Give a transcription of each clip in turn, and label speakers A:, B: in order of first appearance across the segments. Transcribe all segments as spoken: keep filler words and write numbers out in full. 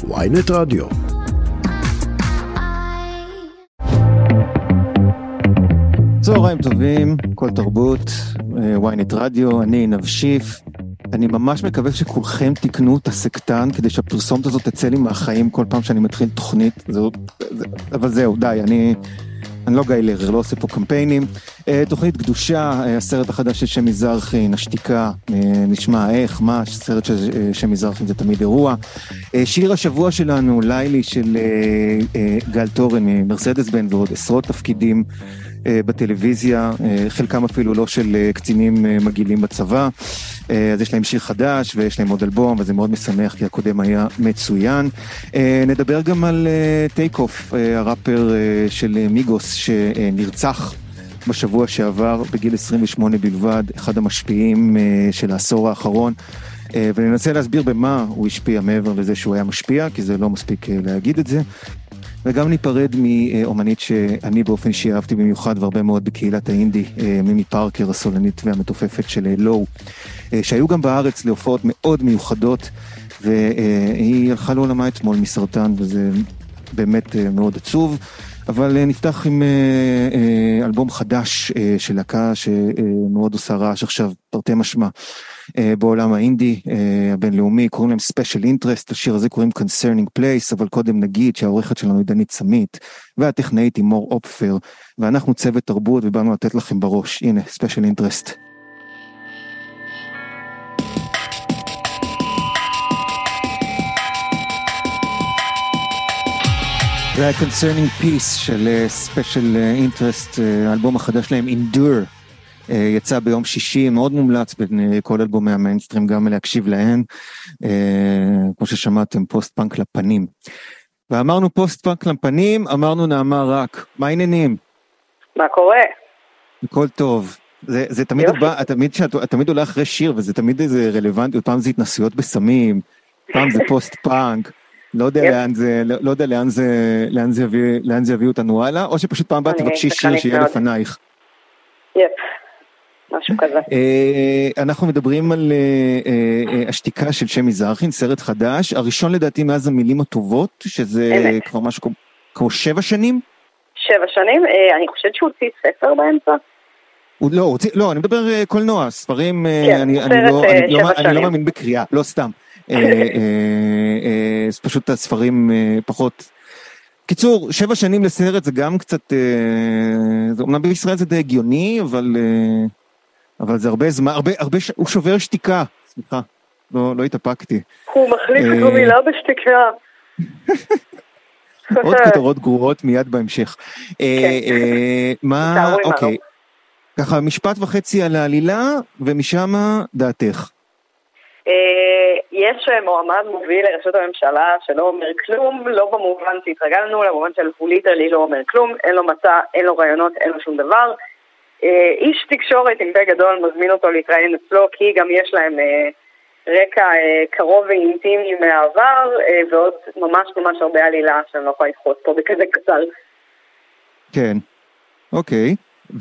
A: ynet רדיו. צהריים טובים, כל תרבות, ynet רדיו, אני נבשיף. אני ממש מקווה שכולכם תקנו את הסקטן, כדי שהפרסומת הזאת תצא לי מהחיים כל פעם שאני מתחיל תוכנית. זה, זה, אבל זהו, די, אני, אני לא גיא לרר, לא עושה פה קמפיינים. תוכנית קדושה, הסרט החדש של שמי זרחי, נשתיקה, נשמע איך, מה, סרט של שמי זרחי זה תמיד אירוע. שיר השבוע שלנו, לילי של גל תורן ממרסדס בנז, ועוד עשרות תפקידים בטלוויזיה, חלקם אפילו לא של קצינים מגעילים בצבא. אז יש להם שיר חדש ויש להם עוד אלבום, וזה מאוד משמח כי הקודם היה מצוין. נדבר גם על טייק אוף, הראפר של מיגוס שנרצח בשבוע שעבר בגיל עשרים ושמונה בלבד, אחד המשפיעים של העשור האחרון, וננסה להסביר במה הוא השפיע מעבר לזה שהוא היה משפיע, כי זה לא מספיק להגיד את זה. וגם ניפרד מאומנית שאני באופן אישי אהבתי במיוחד והרבה מאוד בקהילת האינדי, מימי פארקר הסולנית והמתופפת של לואו, שהיו גם בארץ להופעות מאוד מיוחדות, והיא הלכה לעולמה אתמול מסרטן, וזה באמת מאוד עצוב. אבל נפתח עם אלבום חדש של להקה שמאוד עושה רעש עכשיו, תרתי משמע, בעולם האינדי הבינלאומי, קוראים להם Special Interest, השיר הזה קוראים Concerning Place, אבל קודם נגיד שהעורכת שלנו היא דנית סמית, והטכנאית היא מור אופפר, ואנחנו צוות תרבות ובאנו לתת לכם בראש. הנה, Special Interest. זה ה-Concerning Peace של Special Interest, האלבום החדש שלהם, Endure, יצא ביום שישי, מאוד מומלץ בין כל אלבומי המיינסטרים, גם להקשיב להן, כמו ששמעתם, פוסט-פאנק לפנים. ואמרנו פוסט-פאנק לפנים, אמרנו נעמה רק, מה העניינים?
B: מה קורה?
C: הכל טוב. זה, זה תמיד, בא, תמיד, שאת, תמיד עולה אחרי שיר, וזה תמיד איזה רלוונטי, פעם זה התנסויות בסמים, פעם זה פוסט-פאנק, לא יודע לאן זה, לא, לא יודע לאן זה, לאן זה יביא, לאן זה יביא אותנו הלאה, או שפשוט פעם באת תבקשי שיר שיהיה לפנייך.
B: יפ, משהו כזה.
C: אנחנו מדברים על השתיקה של שמי זרחי, סרט חדש, הראשון לדעתי מאז המילים הטובות, שזה כבר משהו כמו שבע שנים?
B: שבע שנים, אני חושבת שהוא הוציא ספר באמצע.
C: לא, לא, אני מדבר קולנוע, ספרים, אני לא מאמין בקריאה, לא סתם. אז פשוט הספרים פחות, קיצור, שבע שנים לסרט זה גם קצת, אומנם בישראל זה די הגיוני, אבל אבל זה הרבה זמן, הרבה, הרבה, הוא שובר שתיקה, סליחה, לא, לא התאפקתי.
B: הוא מחליף את המילה בשתיקה.
C: עוד כותרות גרועות מיד בהמשך. מה, אוקיי, ככה משפט וחצי על העלילה, ומשם דעתך.
B: יש מועמד מוביל לראשות הממשלה שלא אומר כלום, לא במובן שהתרגלנו, למובן של הוא ליטרלי לא אומר כלום, אין לו מצע, אין לו רעיונות, אין לו שום דבר. איש תקשורת עם פה גדול מזמין אותו להתראיין אצלו, כי גם יש להם רקע קרוב ואינטימי מהעבר, ועוד ממש ממש הרבה עלילה שאני לא יכולה לדחות פה בכזה קצר.
C: כן, אוקיי.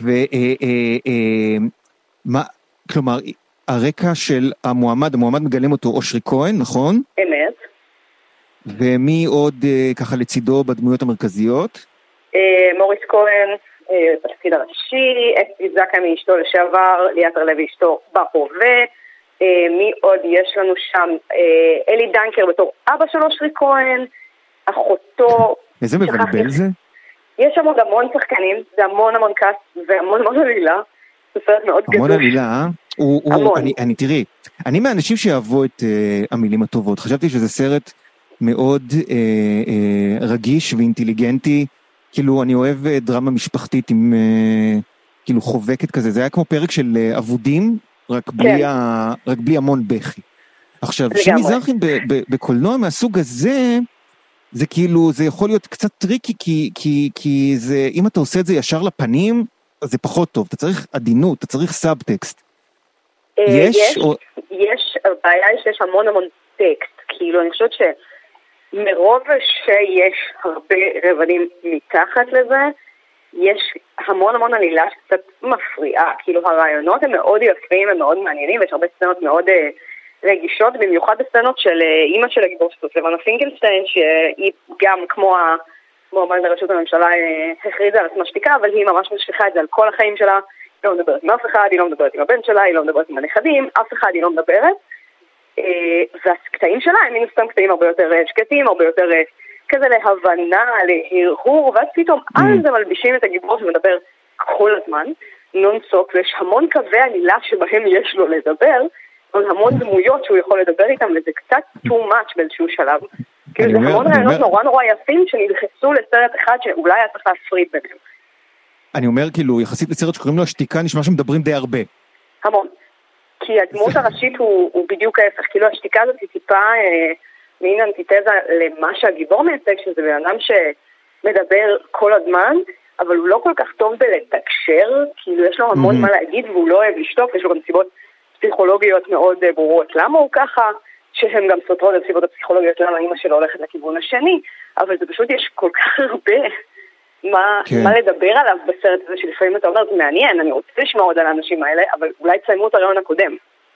C: ומה, כלומר, הרקע של המועמד, המועמד מגלם אותו אושרי כהן, נכון?
B: אמת.
C: ומי עוד ככה לצידו בדמויות המרכזיות?
B: מוריס כהן, בתפקיד הראשי, אסתי זקה מאשתו לשעבר, ליאת הרלוי אשתו בהווה, מי עוד יש לנו שם? אלי דנקר בתור אבא של אושרי כהן, אחותו.
C: איזה מבלבל זה?
B: יש שם עוד המון שחקנים, זה המון המון קאסט והמון המון עלילה. זה סרט מאוד גדול.
C: המון עלילה, אה? הוא, הוא, אני, אני, תראי, אני מהאנשים שאהבו את uh, המילים הטובות, חשבתי שזה סרט מאוד uh, uh, רגיש ואינטליגנטי, כאילו אני אוהב uh, דרמה משפחתית עם uh, כאילו חובקת כזה, זה היה כמו פרק של uh, עבודים, רק, כן. בלי ה, רק בלי המון בכי. עכשיו, שמי זרחי בקולנוע מהסוג הזה, זה כאילו, זה יכול להיות קצת טריקי, כי, כי, כי זה, אם אתה עושה את זה ישר לפנים, זה פחות טוב, אתה צריך עדינות, אתה צריך סאבטקסט.
B: יש? יש, הבעיה היא שיש המון המון טקסט, כאילו אני חושבת שמרוב שיש הרבה רבדים מתחת לזה, יש המון המון עלילה שקצת מפריעה, כאילו הרעיונות הם מאוד יפים, הם מאוד מעניינים, ויש הרבה סצנות מאוד רגישות, במיוחד בסצנות של אימא של הגיבור שזאת לבנה פינקלשטיין, שהיא גם כמו המועמד לראשות הממשלה הכריזה על עצמה שתיקה, אבל היא ממש משליחה את זה על כל החיים שלה, היא לא מדברת עם אף אחד, היא לא מדברת עם הבן שלה, היא לא מדברת עם הנכדים, אף אחד היא לא מדברת, והקטעים שלה הם מן הסתם קטעים הרבה יותר שקטים, הרבה יותר כזה להבנה, להרהור, ואז פתאום על זה מלבישים את הגיבור שמדבר כל הזמן, נונסוק, ויש המון קווי עלילה שבהם יש לו לדבר, המון דמויות שהוא יכול לדבר איתם, וזה קצת too much באיזשהו שלב. כאילו זה המון רעיונות נורא נורא יפים שנלחצו לסרט אחד שאולי היה צריך להפריד ביניהם.
C: אני אומר כאילו, יחסית לסרט שקוראים לו השתיקה, נשמע שמדברים די הרבה.
B: המון. כי הדמות הראשית הוא בדיוק ההפך, כאילו השתיקה הזאת היא טיפה מין אנטיתזה למה שהגיבור מייצג, שזה בן אדם שמדבר כל הזמן, אבל הוא לא כל כך טוב בלתקשר, כאילו יש לו המון מה להגיד והוא לא אוהב לשתוק, יש לו גם סיבות פסיכולוגיות מאוד ברורות למה הוא ככה, שהן גם סותרות את סיבות הפסיכולוגיות למה אמא שלו הולכת לכיוון השני, אבל זה פשוט יש כל כך הרבה מה, כן. מה לדבר עליו בסרט הזה, שלפעמים אתה אומר, זה מעניין, אני רוצה לשמוע עוד על האנשים האלה, אבל אולי תסיימו את הרעיון הקודם.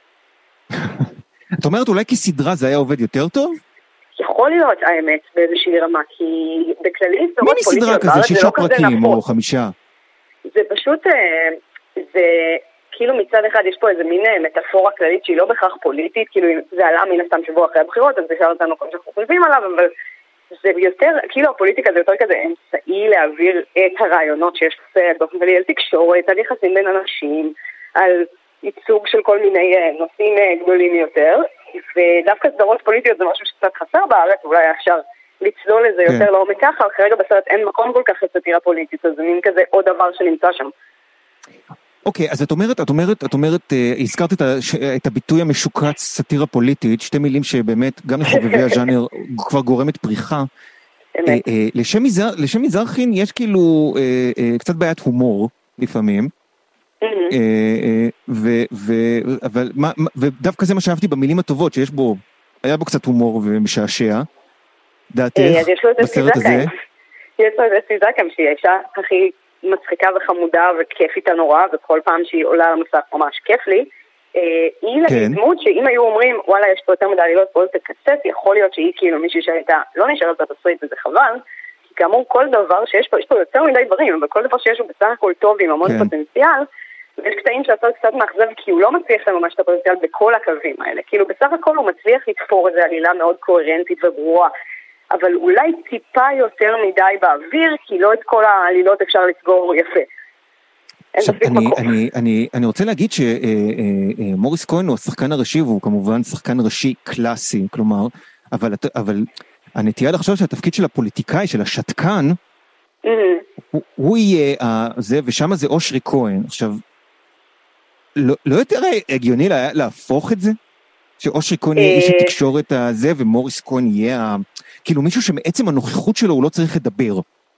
C: את אומרת, אולי כסדרה זה היה עובד יותר טוב?
B: יכול להיות, האמת, באיזושהי רמה, כי בכללי סדרות פוליטיות,
C: מיני סדרה כזה, שישה פרקים או חמישה?
B: זה פשוט, זה כאילו מצד אחד יש פה איזה מין מטאפורה כללית שהיא לא בכך פוליטית, כאילו זה עלה מן הסתם שבוע אחרי הבחירות, אז זה שאר אותנו כל שאנחנו חושבים עליו, אבל זה יותר, כאילו הפוליטיקה זה יותר כזה אמצעי להעביר את הרעיונות שיש לסרט, באופן כללי על תקשורת, על יחסים בין אנשים, על ייצוג של כל מיני נושאים גדולים יותר, ודווקא סדרות פוליטיות זה משהו שקצת חסר בארץ, אולי אפשר לצלול לזה יותר לעומק ככה, אבל כרגע בסרט אין מקום כל כך לסאטירה פוליטית, אז זה מין כזה עוד דבר שנמצא שם.
C: אוקיי, אז את אומרת, את אומרת, את אומרת, הזכרת את הביטוי המשוקץ סאטירה פוליטית, שתי מילים שבאמת גם לחובבי הז'אנר כבר גורמת פריחה. לשם מזרחין יש כאילו קצת בעיית הומור לפעמים, ודווקא זה מה שאהבתי במילים הטובות, שיש בו, היה בו קצת הומור ומשעשע, דעתך בסרט הזה.
B: יש לו איזה סיזקם שהיא האישה הכי מצחיקה וחמודה וכיפית הנורא, וכל פעם שהיא עולה למסך ממש כיף לי, היא לדמות שאם היו אומרים, וואלה, יש פה יותר מדי עלילות, בואו תקצץ, יכול להיות שהיא כאילו מישהי שהייתה לא נשארת בתסריט, וזה חבל, כי כאמור כל דבר שיש פה, יש פה יותר מדי דברים, אבל כל דבר שיש הוא בסך הכל טוב עם המון פוטנציאל, ויש קטעים שהסרט קצת מאכזב, כי הוא לא מצליח לממש את הפוטנציאל בכל הקווים האלה, כאילו בסך הכל הוא מצליח לתפור איזו עלילה מאוד קוהרנטית וברורה, אבל אולי טיפה יותר מדי באוויר, כי לא את כל העלילות אפשר לסגור יפה.
C: עכשיו, אני, אני, אני, אני רוצה להגיד שמוריס כהן הוא השחקן הראשי, והוא כמובן שחקן ראשי קלאסי, כלומר, אבל, אבל הנטייה לחשוב שהתפקיד של הפוליטיקאי, של השתקן, mm-hmm. הוא, הוא יהיה זה, ושם זה אושרי כהן. עכשיו, לא, לא יותר הגיוני לה, להפוך את זה? שאושרי כהן יהיה איש התקשורת הזה, ומוריס כהן יהיה, כאילו מישהו שמעצם הנוכחות שלו הוא לא צריך לדבר.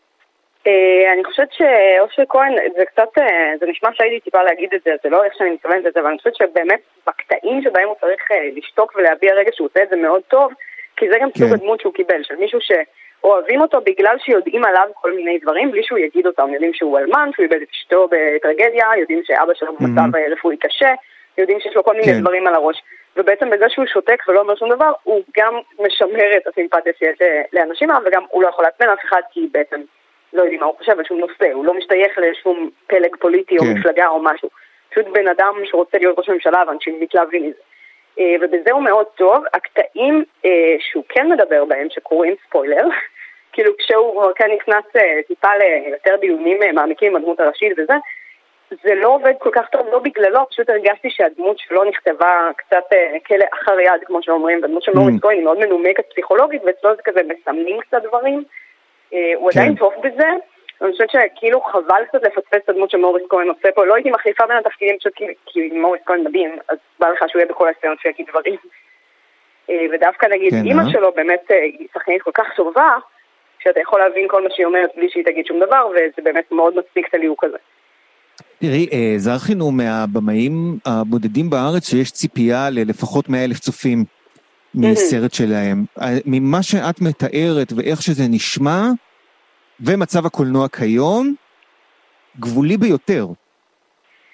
B: אני חושבת שאושרי כהן, זה קצת, זה נשמע שהייתי טיפה להגיד את זה, זה לא איך שאני מתכוונת את זה, אבל אני חושבת שבאמת בקטעים שבהם הוא צריך לשתוק ולהביע רגע שהוא עושה את זה מאוד טוב, כי זה גם סוג הדמות שהוא קיבל, של מישהו שאוהבים אותו בגלל שיודעים עליו כל מיני דברים, בלי שהוא יגיד אותם, יודעים שהוא אלמן, שהוא איבד את אשתו בטרגדיה, יודעים שאבא שלו במצב רפואי קשה, יודעים שיש לו כל מיני דברים על הראש. ובעצם בזה שהוא שותק ולא אומר שום דבר, הוא גם משמר את הסימפתיה שיש לאנשים, וגם הוא לא יכול לעצבן אף אחד, כי בעצם לא יודעים מה הוא חושב על שום נושא, הוא לא משתייך לשום פלג פוליטי או מפלגה או משהו. פשוט בן אדם שרוצה להיות ראש ממשלה, ואנשים מתלהבים מזה. ובזה הוא מאוד טוב. הקטעים שהוא כן מדבר בהם, שקוראים ספוילר, כאילו כשהוא כן נכנס טיפה ליותר דיונים מעמיקים עם הדמות הראשית וזה, זה לא עובד כל כך טוב, לא בגללו, פשוט הרגשתי שהדמות שלו נכתבה קצת כלאחר יד, כמו שאומרים, והדמות של מוריס כהן היא מאוד מנומקת פסיכולוגית, ואצלו זה כזה מסמנים קצת דברים, הוא עדיין טוב בזה, אני חושבת שכאילו חבל קצת לפספס את הדמות שמוריס כהן עושה פה, לא הייתי מחליפה בין התפקידים, פשוט כי מוריס כהן מדהים, אז בא לך שהוא יהיה בכל הסצנות שיגיד דברים, ודווקא נגיד, אמא שלו באמת היא שחקנית כל כך טובה, שאתה יכול להבין כל מה שהיא אומרת בלי שהיא תגיד שום דבר, וזה באמת מאוד מצדיק את הליהוק הזה.
C: תראי, זרחין הוא מהבמאים הבודדים בארץ שיש ציפייה ללפחות מאה אלף צופים מסרט שלהם. ממה שאת מתארת ואיך שזה נשמע, ומצב הקולנוע כיום, גבולי ביותר.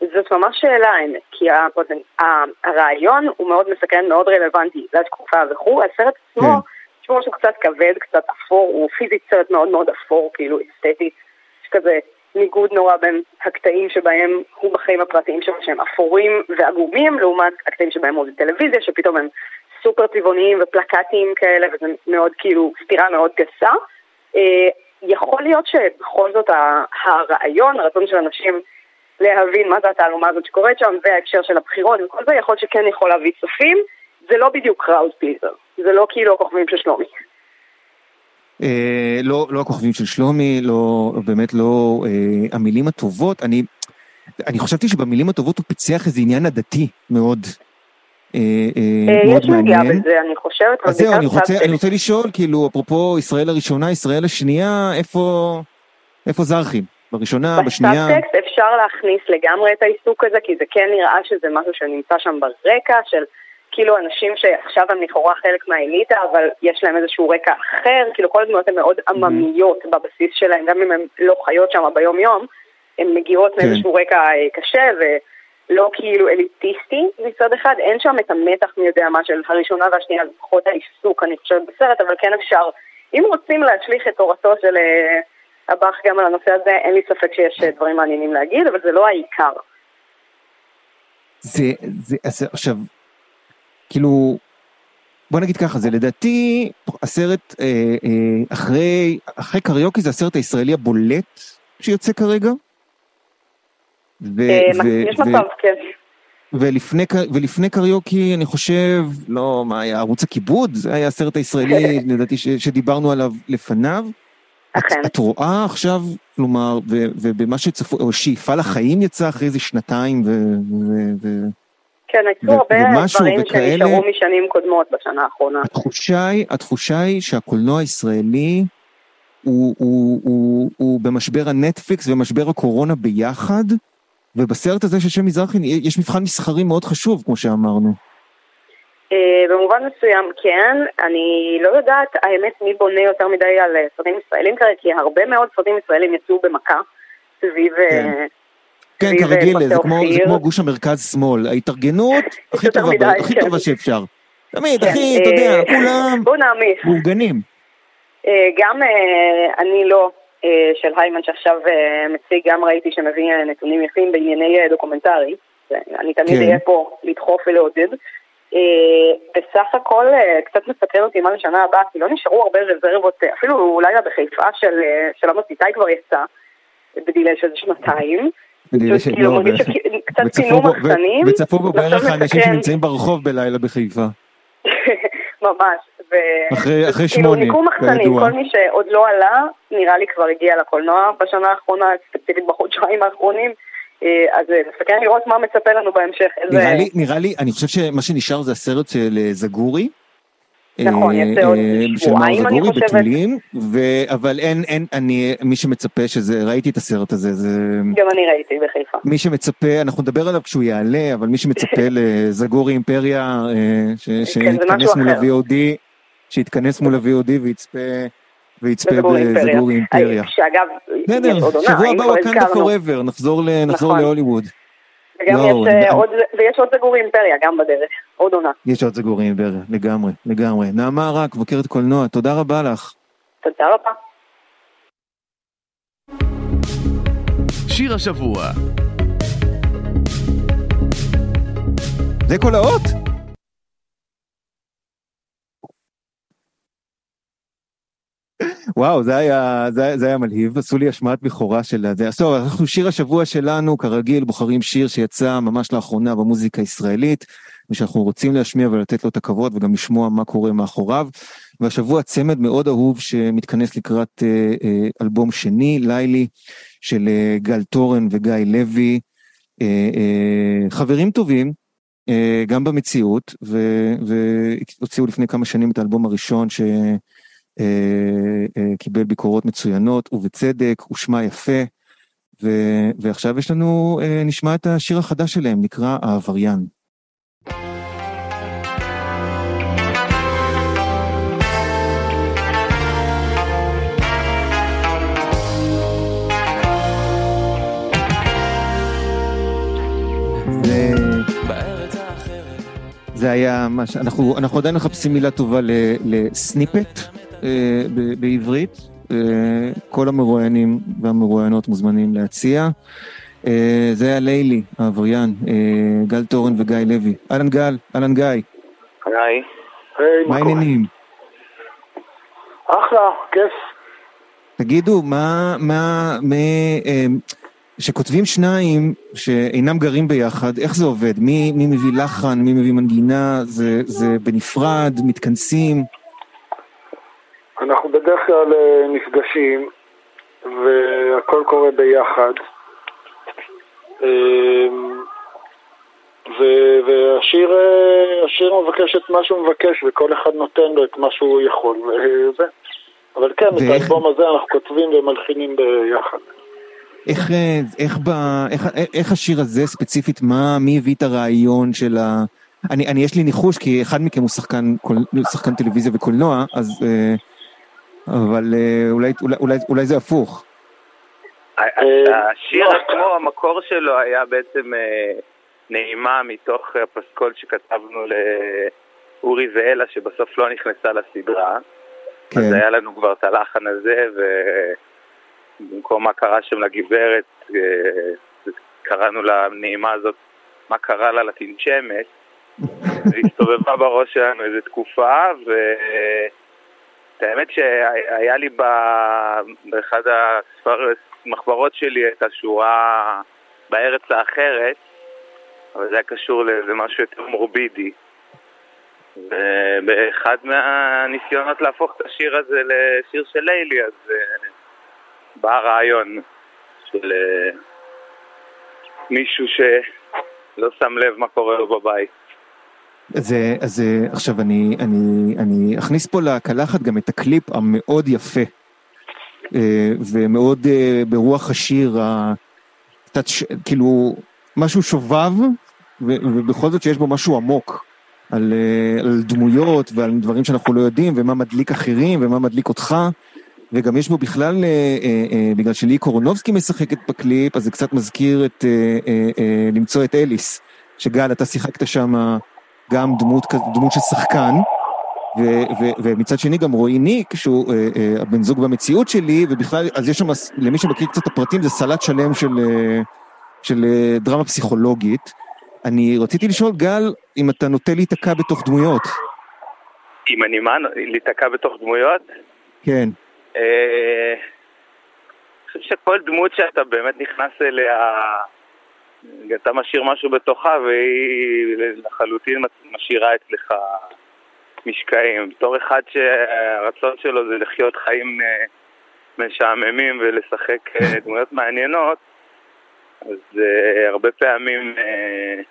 B: זאת ממש שאלה, כי הרעיון הוא מאוד מסקרן, מאוד רלוונטי לתקופה וכו'. הסרט עצמו, יש בו משהו קצת כבד, קצת אפור, הוא פיזית סרט מאוד מאוד אפור, כאילו אסתטית, יש כזה ניגוד נורא בין הקטעים שבהם הוא בחיים הפרטיים שלו שהם אפורים ועגומים, לעומת הקטעים שבהם הוא בטלוויזיה, שפתאום הם סופר צבעוניים ופלקטיים כאלה, וזה מאוד כאילו סתירה מאוד גסה. יכול להיות שבכל זאת הרעיון, הרצון של אנשים להבין מה זה התעלומה הזאת שקורית שם, וההקשר של הבחירות וכל זה, יכול שכן יכול להביא צופים. זה לא בדיוק ראוז פליזר, זה לא כאילו הכוכבים של שלומי.
C: לא, לא הכוכבים של שלומי, לא, באמת לא המילים הטובות. אני, אני חשבתי שבמילים הטובות הוא פיצח איזה עניין עדתי מאוד, מאוד מעניין.
B: יש בזה, אני חושבת.
C: אז זהו, אני רוצה, אני רוצה לשאול, כאילו, אפרופו ישראל הראשונה, ישראל השנייה, איפה, איפה זרחים? בראשונה, בשנייה?
B: בסאבטקסט אפשר להכניס לגמרי את העיסוק הזה, כי זה כן נראה שזה משהו שנמצא שם ברקע, של כאילו אנשים שעכשיו הם לכאורה חלק מהאליטה, אבל יש להם איזשהו רקע אחר, כאילו כל הדמויות הן מאוד עממיות בבסיס שלהם, גם אם הן לא חיות שם ביום יום, הן מגיעות מאיזשהו רקע קשה ולא כאילו אליטיסטי מצד אחד, אין שם את המתח מי יודע מה של הראשונה והשנייה, זה פחות העיסוק אני חושבת בסרט, אבל כן אפשר, אם רוצים להשליך את תורתו של הבח גם על הנושא הזה, אין לי ספק שיש דברים מעניינים להגיד, אבל זה לא העיקר.
C: זה, זה, אז עכשיו, כאילו, בוא נגיד ככה, זה לדעתי, הסרט, אה, אה, אחרי, אחרי קריוקי, זה הסרט הישראלי הבולט שיוצא כרגע.
B: ו, אה, ו, יש ו, מצב, כן.
C: ולפני, ולפני קריוקי, אני חושב, לא, מה היה, ערוץ הכיבוד, זה היה הסרט הישראלי, לדעתי, ש, שדיברנו עליו לפניו. את, את רואה עכשיו, כלומר, ו, ובמה שצפו, או שאיפה לחיים יצא אחרי איזה שנתיים, ו... ו, ו
B: כן, הייתו הרבה דברים שנשארו משנים קודמות בשנה האחרונה.
C: התחושה היא, התחושה היא שהקולנוע הישראלי הוא, הוא, הוא, הוא במשבר הנטפליקס ומשבר הקורונה ביחד, ובסרט הזה של שם מזרחי יש מבחן מסחרי מאוד חשוב, כמו שאמרנו.
B: במובן מסוים כן, אני לא יודעת האמת מי בונה יותר מדי על סרטים ישראלים כרגע, כי הרבה מאוד סרטים ישראלים יצאו במכה סביב...
C: כן, כרגיל, זה כמו גוש המרכז שמאל, ההתארגנות הכי טובה שאפשר. תמיד, הכי, אתה יודע, כולם מאורגנים.
B: גם אני לא של היימן שעכשיו מציג, גם ראיתי שמביא נתונים יפים בענייני דוקומנטרי, אני תמיד אהיה פה לדחוף ולעודד. בסך הכל קצת מסתכל אותי מה לשנה הבאה, כי לא נשארו הרבה רזרבות, אפילו אולי בחיפה של עמוס איתי כבר יצא, בדילי של שנתיים. קצת צילום מחסנים
C: וצפו בו בערך האנשים שנמצאים ברחוב בלילה בחיפה
B: ממש
C: אחרי שמונה
B: מיקום מחסנים, כל מי שעוד לא עלה נראה לי כבר הגיע לקולנוע בשנה האחרונה, ספציפית בחודשיים האחרונים, אז נסתכל לראות מה מצפה לנו בהמשך.
C: נראה לי, אני חושב שמה שנשאר זה הסרט של זגורי,
B: נכון, יצא עוד שבועיים אני חושבת.
C: בתולים, אבל אין, אין, אני, מי שמצפה שזה, ראיתי את הסרט הזה, זה...
B: גם אני ראיתי בחיפה.
C: מי שמצפה, אנחנו נדבר עליו כשהוא יעלה, אבל מי שמצפה לזגורי אימפריה, שיתכנס מול ה-וי או די, שיתכנס מול ה-וי או די ויצפה, ויצפה בזגורי אימפריה.
B: שאגב, יש עוד עונה.
C: שבוע הבא וואקנדה פוראבר, נחזור להוליווד.
B: ויש עוד זגורי אימפריה, גם בדרך, עוד עונה.
C: יש עוד זגורי אימפריה, לגמרי, לגמרי. נעמה רק, בוקרת קולנוע, תודה רבה לך.
B: תודה רבה.
D: שיר השבוע.
C: זה כל האות? וואו, זה היה, זה, זה היה מלהיב, עשו לי השמעת בכורה של זה. אז טוב, אנחנו שיר השבוע שלנו, כרגיל, בוחרים שיר שיצא ממש לאחרונה במוזיקה הישראלית, ושאנחנו רוצים להשמיע ולתת לו את הכבוד, וגם לשמוע מה קורה מאחוריו. והשבוע צמד מאוד אהוב שמתכנס לקראת אה, אה, אלבום שני, לילי, של אה, גל תורן וגיא לוי, אה, אה, חברים טובים, אה, גם במציאות, והוציאו לפני כמה שנים את האלבום הראשון ש... קיבל ביקורות מצוינות ובצדק, ושמה יפה, ועכשיו יש לנו, נשמע את השיר החדש שלהם, נקרא העבריין.
A: היה, אנחנו, אנחנו עדיין מחפשים מילה טובה לסניפט בעברית, כל המרואיינים והמרואיינות מוזמנים להציע. זה היה לילי, העבריין, גל תורן וגיא לוי. אהלן גל, אהלן גיא.
D: היי.
A: מה העניינים?
D: אחלה, כיף.
A: תגידו, מה, מה, מה, שכותבים שניים שאינם גרים ביחד, איך זה עובד? מי, מי מביא לחן, מי מביא מנגינה? זה, זה בנפרד, מתכנסים?
D: אנחנו בדרך כלל נפגשים, והכל קורה ביחד. והשיר השיר מבקש את מה שהוא מבקש, וכל אחד נותן לו את מה שהוא יכול, וזה. אבל כן, את האלבום הזה אנחנו כותבים ומלחינים ביחד.
A: איך, איך, ב, איך, איך השיר הזה ספציפית, מה, מי הביא את הרעיון של ה... אני, אני, יש לי ניחוש, כי אחד מכם הוא שחקן, שחקן טלוויזיה וקולנוע, אז, אבל אולי, אולי, אולי, אולי זה הפוך.
E: השיר כמו המקור שלו היה בעצם נעימה מתוך הפסקול שכתבנו לאורי ואלה, שבסוף לא נכנסה לסדרה. כן. אז היה לנו כבר את הלחן הזה, ובמקום מה קרה שם לגברת, קראנו לנעימה הזאת, מה קרה לה לתנשמת, והסתובבה בראש שלנו איזו תקופה, והאמת שהיה לי באחד המחברות שלי את השורה בארץ האחרת, אבל זה היה קשור לאיזה משהו יותר מורבידי. ובאחד מהניסיונות להפוך את השיר הזה לשיר של לילי, אז בא רעיון של מישהו שלא שם לב מה קורה לו בבית.
A: אז, אז עכשיו אני, אני, אני אכניס פה לקלחת גם את הקליפ המאוד יפה, ומאוד ברוח השיר, כאילו משהו שובב, ובכל זאת שיש בו משהו עמוק. על, על דמויות ועל דברים שאנחנו לא יודעים, ומה מדליק אחרים, ומה מדליק אותך, וגם יש בו בכלל, אה, אה, בגלל שלי קורונובסקי משחקת בקליפ, אז זה קצת מזכיר את, אה, אה, למצוא את אליס, שגל, אתה שיחקת שם גם דמות, דמות של שחקן, ו, ו, ומצד שני גם רועי ניק, שהוא אה, אה, הבן זוג במציאות שלי, ובכלל, אז יש שם, למי שמכיר קצת הפרטים, זה סלט שלם של, אה, של אה, דרמה פסיכולוגית. אני רציתי לשאול, גל, אם אתה נוטה להתעקע בתוך דמויות.
E: אם אני מה? להתעקע בתוך דמויות?
A: כן.
E: אני חושב שכל דמות שאתה באמת נכנס אליה, אתה משאיר משהו בתוכה, והיא לחלוטין משאירה אצלך משקעים. בתור אחד שהרצון שלו זה לחיות חיים משעממים ולשחק דמויות מעניינות, אז uh, הרבה פעמים uh,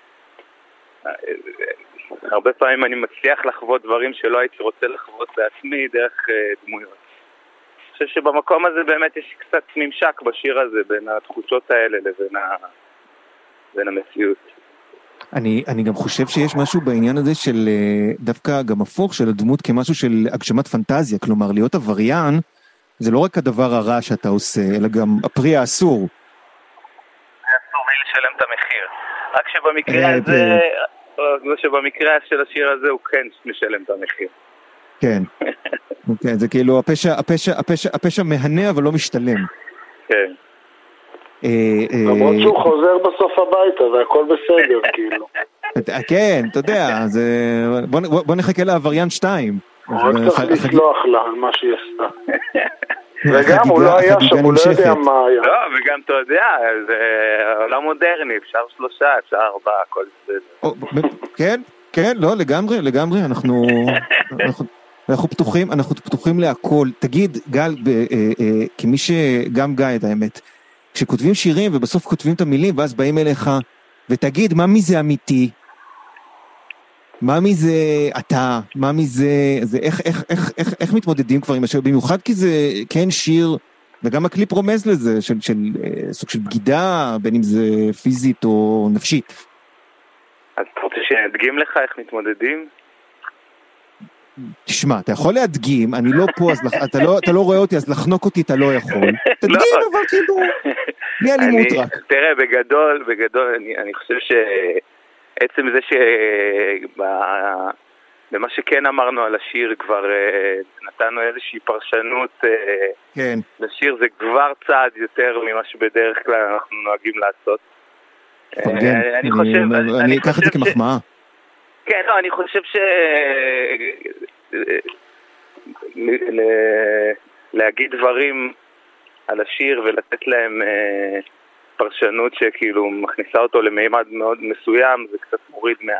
E: הרבה פעמים אני מצליח לחוות דברים שלא הייתי רוצה לחוות בעצמי דרך uh, דמויות. אני חושב שבמקום הזה באמת יש קצת ממשק בשיר הזה בין התחושות האלה לבין ה... בין המציאות.
A: אני, אני גם חושב שיש משהו בעניין הזה של דווקא גם הפוך של הדמות כמשהו של הגשמת פנטזיה, כלומר להיות עבריין זה לא רק הדבר הרע שאתה עושה, אלא גם הפרי האסור.
E: אסור מי לשלם את המחיר. רק שבמקרה הזה, שבמקרה של השיר הזה הוא כן משלם את המחיר.
A: כן. כן, זה כאילו הפשע, הפשע, הפשע, הפשע מהנה אבל לא משתלם.
E: כן.
D: למרות שהוא חוזר בסוף הביתה, זה הכל בסדר, כאילו.
A: כן, אתה יודע, בוא נחכה לעבריין שתיים.
D: הוא רק צריך לסלוח לה על מה שהיא עשתה. וגם הוא לא היה שם, הוא לא יודע מה היה.
E: לא, וגם אתה יודע, זה עולם מודרני, אפשר שלושה, אפשר ארבעה, הכל בסדר.
A: כן, כן, לא, לגמרי, לגמרי, אנחנו... אנחנו פתוחים, אנחנו פתוחים להכל. תגיד, גל, כמי שגם גיא את האמת, כשכותבים שירים ובסוף כותבים את המילים, ואז באים אליך, ותגיד, מה מזה אמיתי? מה מזה אתה? מה מזה... זה, איך, איך, איך, איך, איך מתמודדים כבר עם השיר? במיוחד כי זה כן שיר, וגם הקליפ רומז לזה, של, של סוג של בגידה, בין אם זה פיזית או נפשית.
E: אז אתה רוצה שנדגים לך איך מתמודדים?
A: תשמע, אתה יכול להדגים, אני לא פה, אז אתה לא, אתה לא רואה אותי, אז לחנוק אותי אתה לא יכול. תדגים, אבל כאילו, בלי אלימות רק.
E: תראה, בגדול, בגדול, אני, אני חושב עצם זה שבמה שכן אמרנו על השיר כבר נתנו איזושהי פרשנות
C: כן.
E: לשיר, זה כבר צעד יותר ממה שבדרך כלל אנחנו נוהגים לעשות.
C: פרגן, אני, אני, אני, אני אקח את זה כמחמאה.
E: כן, לא, אני חושב ש... להגיד דברים על השיר ולתת להם פרשנות שכאילו מכניסה אותו למימד מאוד מסוים, זה קצת מוריד מה...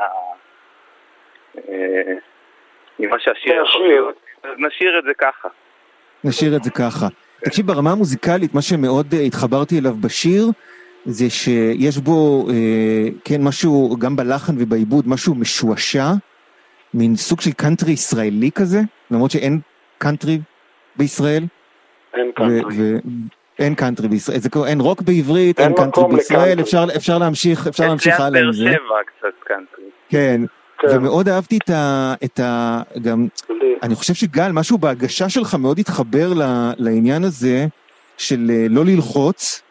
E: ממה שהשיר יכול להיות. אז נשאיר את זה ככה.
C: נשאיר את זה ככה. תקשיב, ברמה המוזיקלית, מה שמאוד התחברתי אליו בשיר, זה שיש בו, כן, משהו, גם בלחן ובעיבוד, משהו משועשע, מין סוג של קאנטרי ישראלי כזה, למרות שאין קאנטרי בישראל.
D: אין קאנטרי.
C: אין קאנטרי בישראל, אין רוק בעברית, אין קאנטרי בישראל, אפשר להמשיך, אפשר להמשיך הלאה עם זה.
E: יש ליד באר שבע קצת קאנטרי.
C: כן, ומאוד אהבתי את ה... גם, אני חושב שגל, משהו בהגשה שלך מאוד התחבר לעניין הזה, של לא ללחוץ,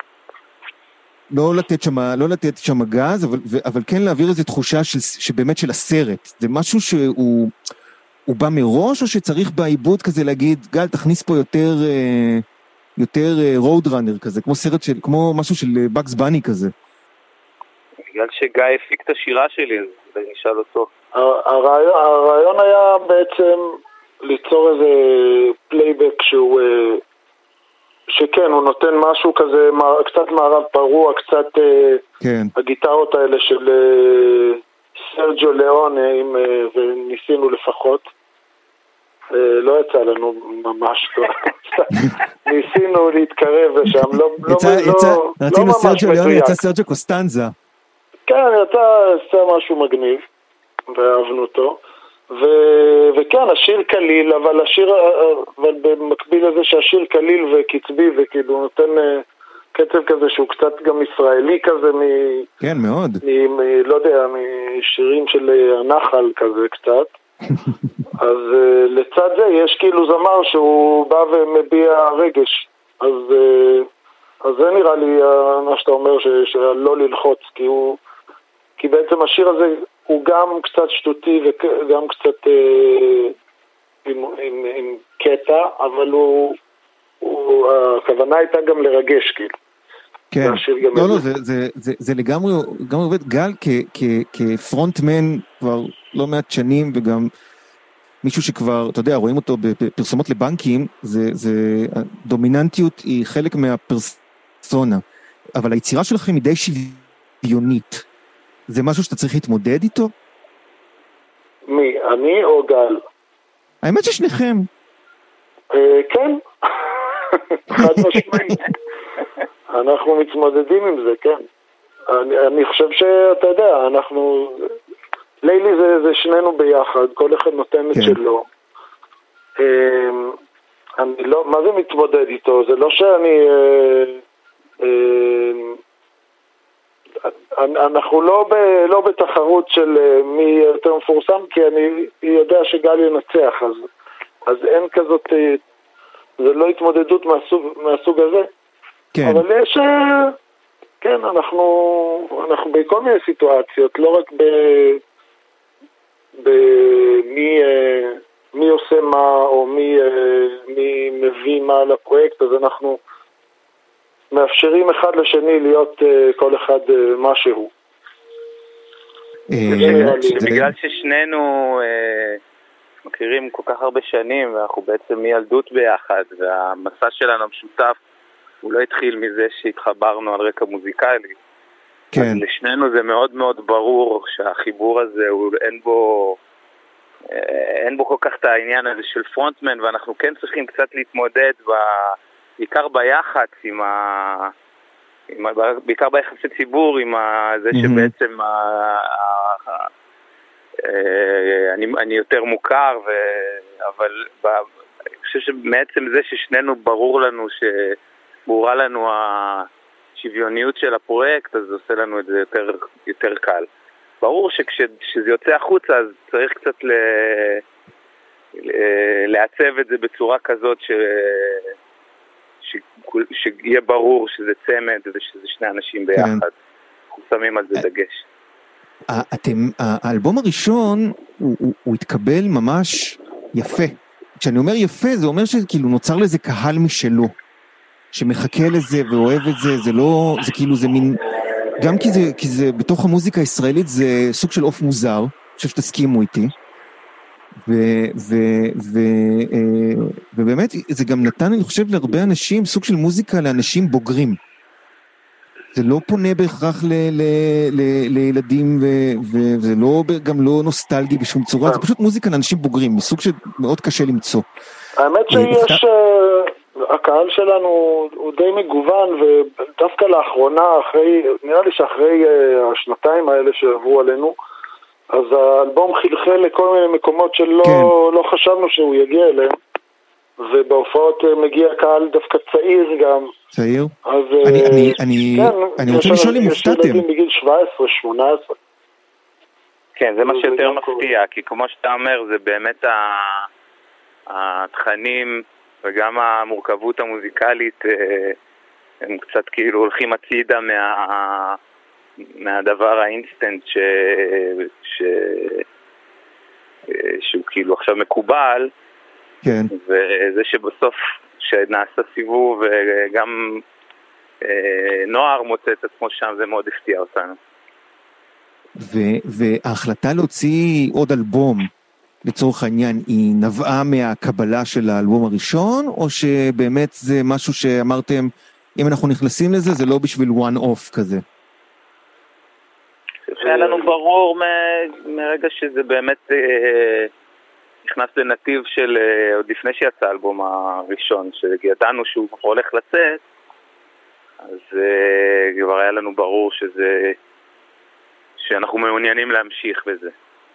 C: לא לתת שם, לא לתת שם גז, אבל, אבל כן להעביר איזו תחושה של, שבאמת של הסרט. זה משהו שהוא, הוא בא מראש, או שצריך בעיבוד כזה להגיד, גל, תכניס פה יותר, יותר רוד ראנר כזה, כמו סרט של, כמו משהו של בקס בני כזה.
E: בגלל שגיא הפיק את השירה שלי, אז נשאל אותו.
D: הרעיון, הרעיון היה בעצם ליצור איזה פלייבק שהוא... שכן, הוא נותן משהו כזה, קצת מערב פרוע, קצת
C: כן.
D: הגיטרות האלה של סרג'ו ליאונה, וניסינו לפחות. לא יצא לנו ממש טוב. ניסינו להתקרב לשם, לא,
C: יצא,
D: לא,
C: יצא,
D: לא,
C: רצינו
D: לא
C: סרג'ו ליאונה, יצא סרג'ו קוסטנזה.
D: כן, יצא משהו מגניב, ואהבנו אותו. ו... וכן, השיר קליל, אבל השיר, אבל במקביל לזה שהשיר קליל וקצבי, וכאילו נותן קצב כזה שהוא קצת גם ישראלי כזה, מ...
C: כן, מאוד.
D: מ... מ... לא יודע, משירים של הנחל כזה קצת. אז לצד זה יש כאילו זמר שהוא בא ומביע רגש. אז, אז זה נראה לי מה שאתה אומר, ש... שלא ללחוץ, כי הוא... כי בעצם השיר הזה הוא גם קצת שטותי וגם קצת אה, עם, עם, עם קטע, אבל הוא, הוא, הכוונה הייתה גם לרגש, כאילו.
C: כן, לא, לא, זה, זה, זה, זה לגמרי, גם עובד גל כ, כ, כפרונטמן כבר לא מעט שנים, וגם מישהו שכבר, אתה יודע, רואים אותו בפרסומות לבנקים, זה, זה, הדומיננטיות היא חלק מהפרסונה, אבל היצירה שלכם היא די שוויונית. זה משהו שאתה צריך להתמודד איתו?
D: מי? אני או גל?
C: האמת ששניכם.
D: כן. חד משמעית. אנחנו מתמודדים עם זה, כן. אני חושב שאתה יודע, אנחנו... לילי זה שנינו ביחד, כל אחד נותן את שלו. אני לא... מה זה מתמודד איתו? זה לא שאני... אנחנו לא, ב, לא בתחרות של מי יותר מפורסם, כי אני יודע שגל ינצח, אז, אז אין כזאת, זה לא התמודדות מהסוג, מהסוג הזה.
C: כן.
D: אבל יש, כן, אנחנו, אנחנו בכל מיני סיטואציות, לא רק ב, במי מי עושה מה, או מי, מי מביא מה לפרויקט, אז אנחנו מאפשרים אחד לשני להיות כל אחד משהו.
E: בגלל ששנינו מכירים כל כך הרבה שנים, ואנחנו בעצם מילדות ביחד, והמסע שלנו המשותף הוא לא התחיל מזה שהתחברנו על רקע מוזיקלי.
C: כן.
E: לשנינו זה מאוד מאוד ברור שהחיבור הזה, אין בו, אין בו כל כך את העניין הזה של פרונטמן, ואנחנו כן צריכים קצת להתמודד ב... בעיקר ביח"צ, עם ה... עם ה... בעיקר ביחסי ציבור, עם ה... זה שבעצם ה... ה... אני, אני יותר מוכר, ו... אבל ב... אני חושב שבעצם זה ששנינו ברור לנו, שברורה לנו השוויוניות של הפרויקט, אז זה עושה לנו את זה יותר, יותר קל. ברור שכשזה יוצא החוצה, אז צריך קצת ל... לעצב את זה בצורה כזאת ש... שיהיה ברור שזה צמד ושזה שני אנשים ביחד. אנחנו שמים על זה דגש.
A: אתם, האלבום הראשון הוא, הוא, הוא התקבל ממש יפה. כשאני אומר יפה, זה אומר שכאילו נוצר לזה קהל משלו, שמחכה לזה ואוהב את זה, זה לא, זה כאילו זה מין, גם כי זה, כי זה בתוך המוזיקה הישראלית זה סוג של אוף מוזר, אני חושב שתסכימו איתי, ו, ו, ו, ובאמת זה גם נתן, אני חושב, להרבה אנשים, סוג של מוזיקה לאנשים בוגרים. זה לא פונה בהכרח ל, ל, ל, לילדים, ו, וזה לא, גם לא נוסטלגי בשום צורה, זה פשוט מוזיקה לאנשים בוגרים, מסוג שמאוד קשה למצוא.
D: האמת שיש, הקהל שלנו הוא די מגוון, ודווקא לאחרונה, אחרי, נראה לי שאחרי השנתיים האלה שעברו עלינו, אז האלבום חלחל לכל מיני מקומות שלא כן. לא חשבנו שהוא יגיע אליהם, ובהופעות מגיע קהל דווקא צעיר גם.
A: צעיר?
D: אז
A: אני, אני, אני, כן, אני רוצה לשאול אם הופתעתם. יש ילדים
D: בגיל שבע עשרה שמונה עשרה.
E: כן, זה מה שיותר מפתיע, כי כמו שאתה אומר, זה באמת התכנים וגם המורכבות המוזיקלית, הם קצת כאילו הולכים הצידה מה... מהדבר האינסטנט ש... ש... שהוא כאילו עכשיו מקובל,
A: כן.
E: וזה שבסוף שנעשה סיבוב וגם נוער מוצא את עצמו שם, זה מאוד הפתיע אותנו.
A: ו- וההחלטה להוציא עוד אלבום, לצורך העניין, היא נבעה מהקבלה של האלבום הראשון, או שבאמת זה משהו שאמרתם, אם אנחנו נכנסים לזה, זה לא בשביל one off כזה?
E: היה לנו ברור מרגע שזה באמת נכנס לנתיב של, עוד לפני שיצא האלבום הראשון, שידענו שהוא הולך לצאת, אז כבר היה לנו ברור שזה, שאנחנו מעוניינים להמשיך בזה.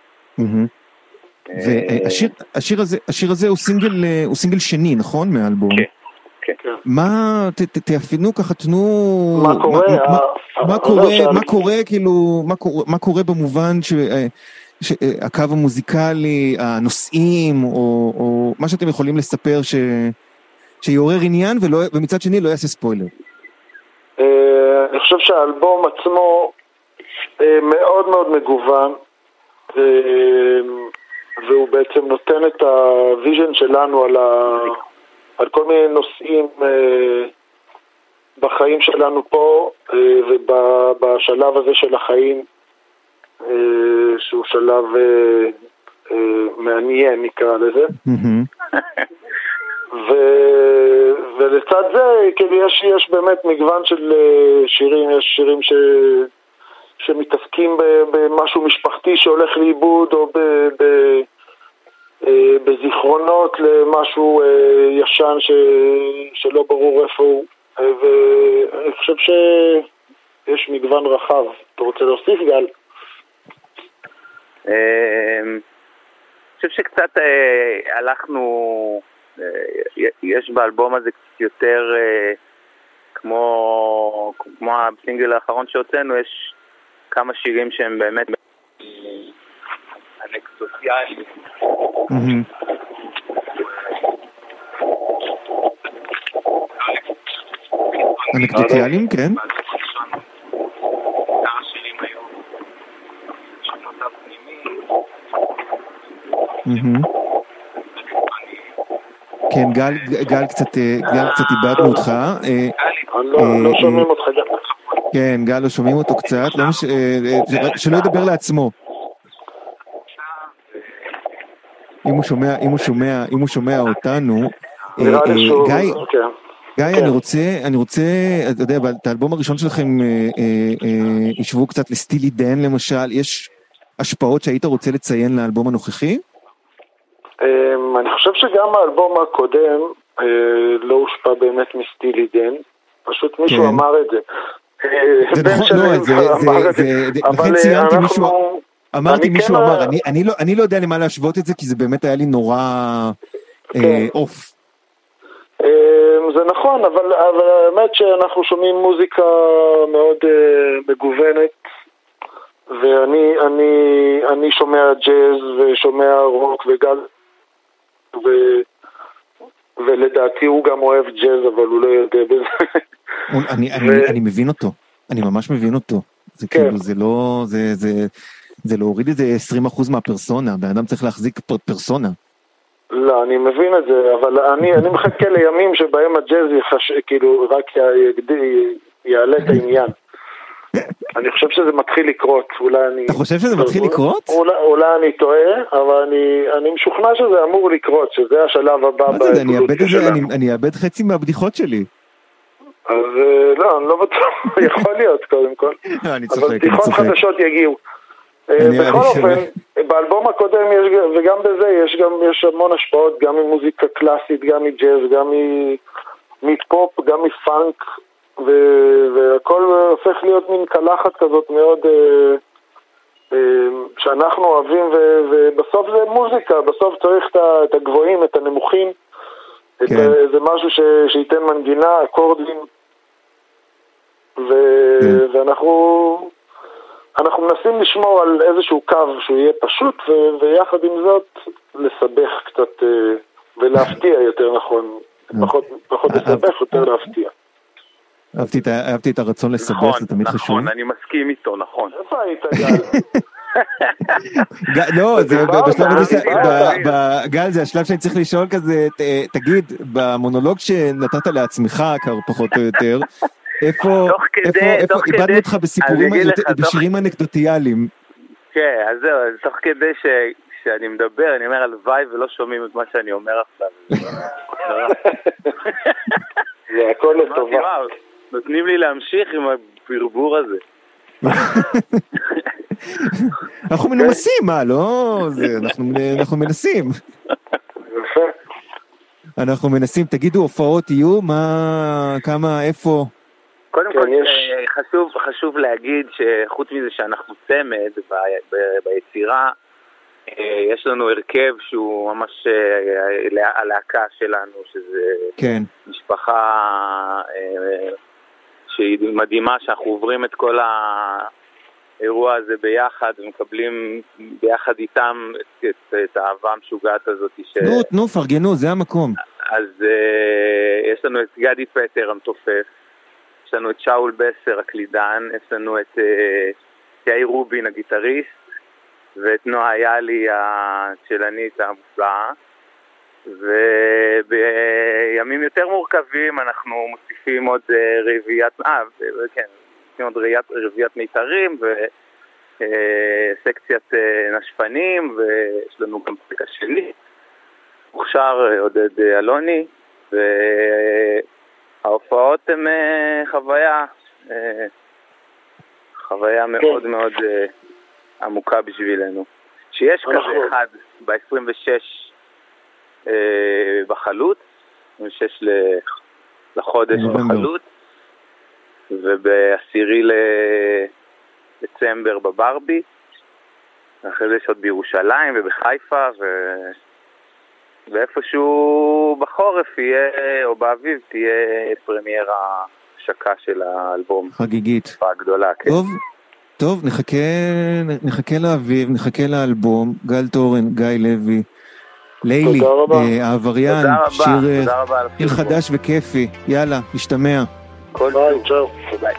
A: והשיר הזה, השיר הזה הוא סינגל, הוא סינגל שני, נכון? מהאלבום?
E: כן.
A: מה, תאפיינו ככה, תנו...
D: מה קורה?
A: מה קורה, מה קורה, כאילו, מה קורה במובן שהקו המוזיקלי, הנושאים, או מה שאתם יכולים לספר שיעורר עניין, ומצד שני לא יעשה ספוילר.
D: אני חושב שהאלבום עצמו מאוד מאוד מגוון, והוא בעצם נותן את הוויז'ן שלנו על ה... על כל מיני נושאים אה, בחיים שלנו פה, אה, ובשלב הזה של החיים, אה, שהוא שלב אה, אה, מעניין, נקרא לזה.
A: Mm-hmm.
D: ו, ולצד זה, כאילו יש, יש באמת מגוון של אה, שירים, יש שירים ש, שמתעסקים במשהו משפחתי שהולך לאיבוד, או ב... ב בזיכרונות למשהו ישן ש... שלא ברור איפה הוא, ואני חושב שיש מגוון רחב. אתה רוצה להוסיף, גל?
E: אני חושב שקצת הלכנו, יש באלבום הזה קצת יותר כמו כמו הסינגל האחרון שהוצאנו, יש כמה שירים שהם באמת אנקדוטיאליים.
A: אנקדוטיאליים, כן.
E: השירים היו של מצב פנימי.
A: כן, גל, גל קצת, גל קצת איבדנו אותך.
D: לא שומעים אותך.
A: כן, גל לא שומעים אותו קצת, שלא ידבר לעצמו. אם הוא שומע, אם הוא שומע, אם הוא שומע אותנו, גיא, גיא, אני רוצה, אני רוצה, אתה יודע, את האלבום הראשון שלכם ישבו קצת לסטילי דן למשל, יש השפעות שהיית רוצה לציין לאלבום הנוכחי?
D: אני חושב שגם האלבום הקודם לא הושפע באמת מסטילי דן, פשוט מישהו אמר את זה.
A: זה נכון, לא, לכן ציינתי מישהו... אמרתי מישהו אמר, אני לא יודע למה להשוות את זה, כי זה באמת היה לי נורא אוף.
D: זה נכון, אבל האמת שאנחנו שומעים מוזיקה מאוד מגוונת, ואני שומע ג'אז ושומע רוק וגל, ולדעתי הוא גם אוהב ג'אז, אבל הוא לא יודע בזה.
A: אני מבין אותו, אני ממש מבין אותו. זה כאילו, זה לא, זה, זה, זה להוריד את זה עשרים אחוז מהפרסונה, והאדם צריך להחזיק פרסונה.
D: לא, אני מבין את זה, אבל אני, אני מחכה לימים שבהם הג'אז יחש, כאילו, רק יעלה את העניין. אני חושב שזה מתחיל לקרות, אולי אני...
A: אתה חושב שזה מתחיל לקרות?
D: אולי, אולי אני טועה, אבל אני, אני משוכנע שזה אמור לקרות, שזה השלב הבא.
A: מה זה, אני אאבד את זה, אני, אני אאבד חצי מהבדיחות שלי.
D: אז לא, אני לא בטוח, יכול להיות קודם כל.
A: אני צוחק, אני צוחק.
D: אבל בדיחות חדשות יגיעו. בכל אופן, באלבום הקודם יש, וגם בזה יש גם, יש המון השפעות, גם ממוזיקה קלאסית, גם מג'אז, גם מפופ, גם מפאנק, והכל הופך להיות מין קלחת כזאת מאוד שאנחנו אוהבים, ובסוף זה מוזיקה, בסוף צריך את הגבוהים, את הנמוכים, זה משהו שייתן מנגינה, אקורדים, ואנחנו אנחנו מנסים לשמור על איזשהו קו שהוא יהיה פשוט, ויחד עם זאת לסבך קצת ולהפתיע יותר נכון, פחות לסבך, יותר להפתיע.
A: אהבתי את הרצון לסבך, זה תמיד חשוב.
E: נכון, אני מסכים איתו, נכון.
D: איפה היית, גל?
A: לא, זה בשלב הזה, גל, זה השלב שאני צריך לשאול כזה, תגיד, במונולוג שנתת לעצמך, פחות או יותר, איפה, איפה, איבדנו אותך בסיפורים, בשירים אנקדוטיאליים.
E: כן, אז זהו, תוך כדי שאני מדבר, אני אומר הלוואי ולא שומעים את מה שאני אומר עכשיו.
D: זה הכל לטובה.
E: נותנים לי להמשיך עם הברבור הזה.
A: אנחנו מנומסים, מה, לא? אנחנו מנסים. אנחנו מנסים, תגידו, הופעות יהיו, מה, כמה, איפה?
E: קודם כל, חשוב, חשוב להגיד שחוץ מזה שאנחנו צמד ביצירה, יש לנו הרכב שהוא ממש הלהקה שלנו, שזה משפחה שהיא מדהימה, שאנחנו עוברים את כל האירוע הזה ביחד, ומקבלים ביחד איתם את, את האהבה המשוגעת הזאת. ש...
A: נו, תנו, פרגנו, זה המקום.
E: אז יש לנו את גדי פטר המתופף, יש לנו את שאול בסר הקלידן, יש לנו את יאיר רובין הגיטריסט, ואת נועה יאלי הצ'לנית המופלאה. ובימים יותר מורכבים אנחנו מוסיפים עוד רביעיית, אה, כן, עוד רביעיית מיתרים וסקציית נשפנים, ויש לנו גם פרקה שלי, מוכשר עודד אלוני, וההופעות הן חוויה, חוויה מאוד מאוד עמוקה בשבילנו. שיש כזה אחד ב-עשרים ושש בחלוץ, שש לחודש בחלוץ, ובעשירי לדצמבר בברבי, אחרי זה יש עוד בירושלים ובחיפה, ו... ואיפשהו בחורף יהיה, או באביב תהיה פרמיירה שקה של האלבום.
A: חגיגית.
E: הגדולה, כן.
A: טוב, טוב, נחכה, נחכה לאביב, נחכה לאלבום, גל תורן, גיא לוי, לילי, העבריין, שיר חדש וכיפי, יאללה, נשתמע.
E: כל ביי, צ'או. ביי.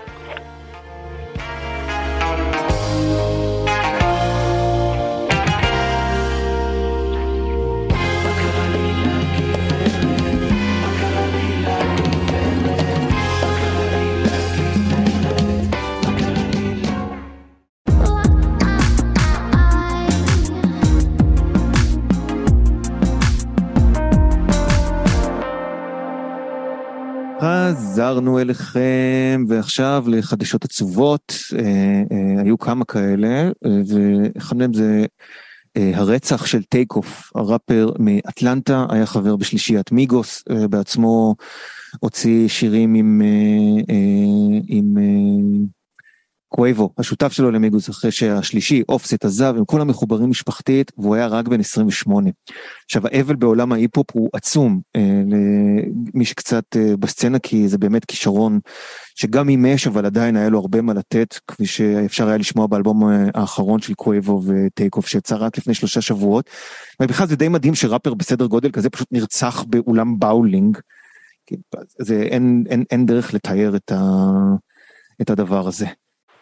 A: חזרנו אליכם, ועכשיו לחדשות עצובות, אה, אה, היו כמה כאלה, אה, ואחד מהם זה אה, הרצח של טייק אוף, הראפר מאטלנטה, היה חבר בשלישיית מיגוס, אה, בעצמו הוציא שירים עם, אה, אה, עם אה, קווייבו, השותף שלו למיגוס, אחרי שהשלישי, אופסט עזב, הם כולם מחוברים משפחתית, והוא היה רק בן עשרים ושמונה. עכשיו, האבל בעולם ההיפ-הופ הוא עצום, אה, למי שקצת אה, בסצנה, כי זה באמת כישרון, שגם אימש, אבל עדיין היה לו הרבה מה לתת, כפי שאפשר היה לשמוע באלבום האחרון של קווייבו וטייק אוף, שיצא רק לפני שלושה שבועות, ובכלל זה די מדהים שראפר בסדר גודל כזה, פשוט נרצח באולם באולינג, זה, אין, אין, אין דרך לתאר את, ה, את הדבר הזה.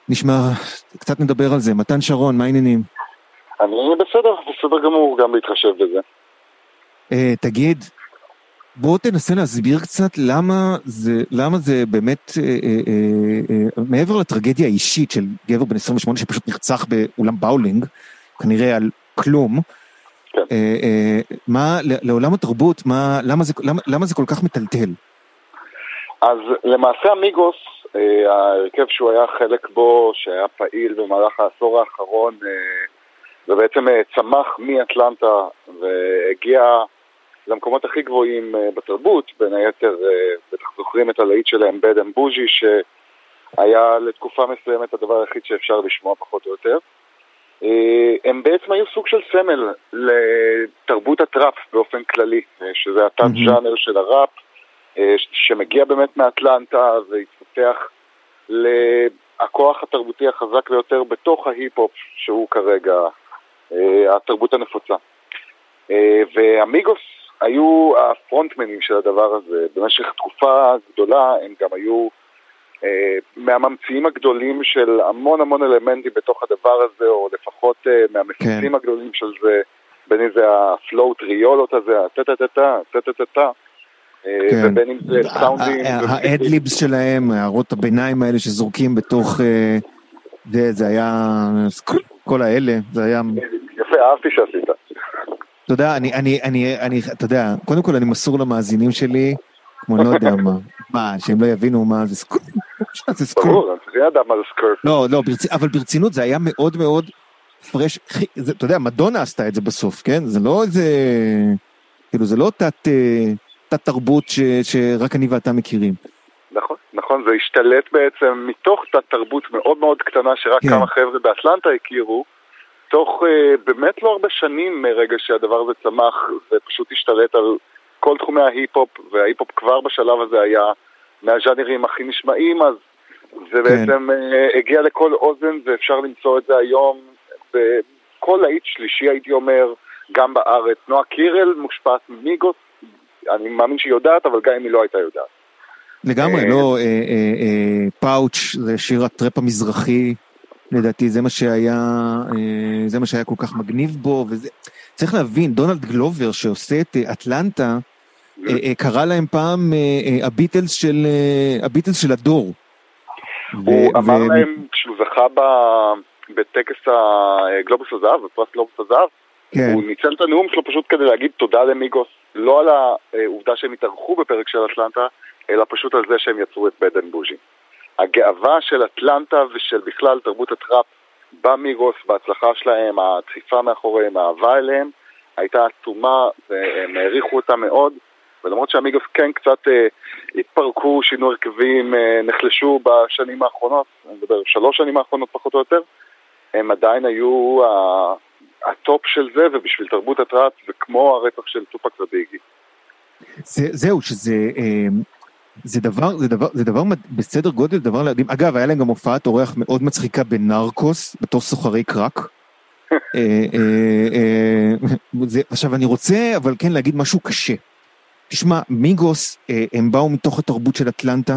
A: נשמע, קצת נדבר על זה. מתן שרון, מה העניינים?
F: אני בסדר, בסדר גמור גם להתחשב בזה.
A: Uh, תגיד, בוא תנסה להסביר קצת למה זה, למה זה באמת, uh, uh, uh, uh, מעבר לטרגדיה האישית של גבר בן עשרים ושמונה שפשוט נרצח באולם באולינג, כנראה על כלום, כן. uh, uh, מה, לעולם התרבות, מה, למה זה, למה, למה זה כל כך מטלטל?
F: אז למעשה אמיגוס, uh, ההרכב שהוא היה חלק בו, שהיה פעיל במהלך העשור האחרון, uh, ובעצם צמח מאטלנטה והגיע למקומות הכי גבוהים בתרבות, בין היתר, בטח זוכרים את הלהיט שלהם בד אנד בוז'י, שהיה לתקופה מסוימת הדבר היחיד שאפשר לשמוע פחות או יותר. הם בעצם היו סוג של סמל לתרבות הטראפ באופן כללי, שזה התת ז'אנר של הראפ, שמגיע באמת מאטלנטה והתפתח לכוח התרבותי החזק ביותר בתוך ההיפ-הופ שהוא כרגע התרבות הנפוצה. ואמיגוס היו הפרונטמנים של הדבר הזה. במשך תקופה גדולה הם גם היו מהממציאים הגדולים של המון המון אלמנטים בתוך הדבר הזה, או לפחות מהמפיצים כן. הגדולים של זה, בין אם זה הפלואו טריולות הזה, הטטטטה, הטטטטה, ובין אם זה סאונדים.
A: האדליבס שלהם, הערות הביניים האלה שזורקים בתוך, זה היה, כל האלה, זה היה...
F: יפה, אהבתי שעשית.
A: אתה יודע, אני, אני, אני, אני, אתה יודע, קודם כל אני מסור למאזינים שלי, כמו לא יודע מה, מה, שהם לא יבינו מה זה סקור.
F: זה סקור. ברור, אני יודע מה זה סקור.
A: לא, לא, אבל ברצינות זה היה מאוד מאוד פרש, אתה יודע, מדונה עשתה את זה בסוף, כן? זה לא איזה, כאילו, זה לא תת, תת תרבות שרק אני ואתה מכירים.
F: נכון, נכון, זה השתלט בעצם מתוך תת תרבות מאוד מאוד קטנה שרק כמה חבר'ה באטלנטה הכירו, תוך באמת לא הרבה שנים מרגע שהדבר הזה צמח, זה פשוט השתלט על כל תחומי ההיפ-הופ, וההיפ-הופ כבר בשלב הזה היה מהז'אנרים הכי נשמעים, אז זה בעצם הגיע לכל אוזן, ואפשר למצוא את זה היום בכל להיט שלישי, הייתי אומר, גם בארץ. נועה קירל מושפעת ממיגוס, אני מאמין שהיא יודעת, אבל גם אם היא לא הייתה יודעת.
A: לגמרי, לא, פאוץ' זה שיר הטראפ המזרחי, לדעתי זה מה שהיה, זה מה שהיה כל כך מגניב בו, וזה, צריך להבין, דונלד גלובר שעושה את אטלנטה, קרא להם פעם הביטלס של, הביטלס של הדור.
F: הוא אמר להם, כשהוא זכה בטקס הגלובוס הזהב, בפרס גלובוס הזהב, הוא ניצל את הנאום שלו פשוט כדי להגיד תודה למיגוס, לא על העובדה שהם התארחו בפרק של אטלנטה, אלא פשוט על זה שהם יצרו את בד אנד בוז'י. הגאווה של אטלנטה ושל בכלל תרבות הטראפ במיגוס, בהצלחה שלהם, הדחיפה מאחוריהם, האהבה אליהם, הייתה עצומה והם העריכו אותה מאוד, ולמרות שהמיגוס כן קצת אה, התפרקו, שינו הרכבים, אה, נחלשו בשנים האחרונות, אני מדבר שלוש שנים האחרונות פחות או יותר, הם עדיין היו ה... הטופ של זה, ובשביל תרבות הטראפ, וכמו הרצח של טופק וביגי.
A: זה, זהו, שזה... אה... זה דבר, זה דבר, זה דבר בסדר גודל, דבר להדהים. אגב, היה להם גם הופעת אורח מאוד מצחיקה בנרקוס, בתור סוחרי קרק. עכשיו, אני רוצה, אבל כן, להגיד משהו קשה. תשמע, מיגוס, הם באו מתוך התרבות של אטלנטה,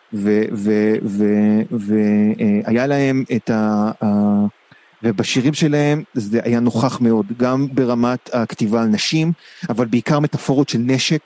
A: והיה להם את ה... ובשירים שלהם זה היה נוכח מאוד, גם ברמת הכתיבה על נשים, אבל בעיקר מטאפורות של נשק,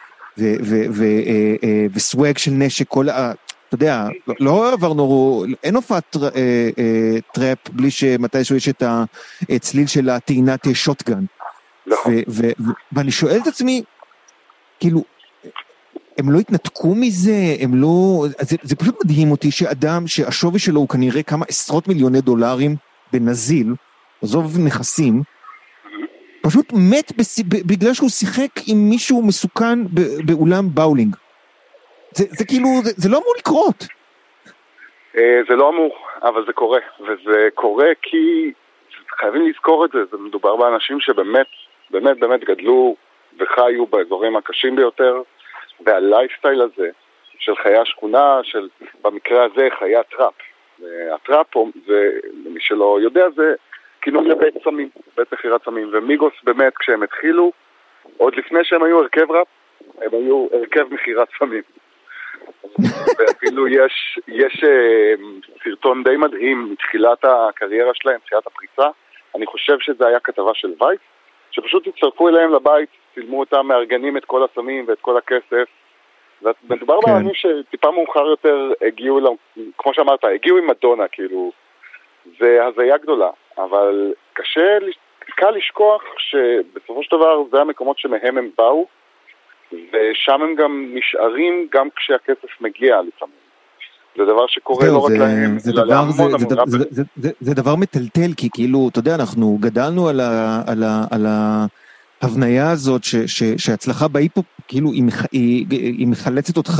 A: וסווג של נשק, כל ה... אתה יודע, לא עברנו, אין הופעת טראפ בלי שמתישהו יש את הצליל של הטעינת שוטגן. ואני שואל את עצמי, כאילו, הם לא התנתקו מזה, הם לא... זה פשוט מדהים אותי שאדם שהשווי שלו הוא כנראה כמה עשרות מיליוני דולרים בנזיל, עזוב נכסים, פשוט מת בגלל שהוא שיחק עם מישהו מסוכן באולם באולינג. זה, זה כאילו, זה, זה לא אמור לקרות.
F: זה לא אמור, אבל זה קורה. וזה קורה כי חייבים לזכור את זה. זה מדובר באנשים שבאמת, באמת, באמת גדלו וחיו באזורים הקשים ביותר, והלייפסטייל הזה של חיי השכונה, של במקרה הזה חיי הטראפ. הטראפ, למי שלא יודע, זה כאילו לבית סמים, בית מחירת סמים. ומיגוס באמת, כשהם התחילו, עוד לפני שהם היו הרכב ראפ, הם היו הרכב מחירת סמים. ואפילו יש, יש סרטון די מדהים מתחילת הקריירה שלהם, מתחילת הפריצה. אני חושב שזה היה כתבה של וייס, שפשוט הצטרפו אליהם לבית, צילמו אותם, מארגנים את כל הסמים ואת כל הכסף, ומדובר כן. באנשים שטיפה מאוחר יותר הגיעו, כמו שאמרת, הגיעו עם מדונה, כאילו, זה הזיה גדולה, אבל קשה, קל לשכוח שבסופו של דבר זה המקומות שמהם הם באו, ושם הם גם נשארים גם כשהכסף מגיע לפעמים. זה דבר שקורה לא רק להם, אלא להמון המון רב.
A: זה דבר מטלטל, כי כאילו, אתה יודע, אנחנו גדלנו על ההבניה הזאת, שההצלחה בהיפ-הופ, כאילו, היא מחלצת אותך,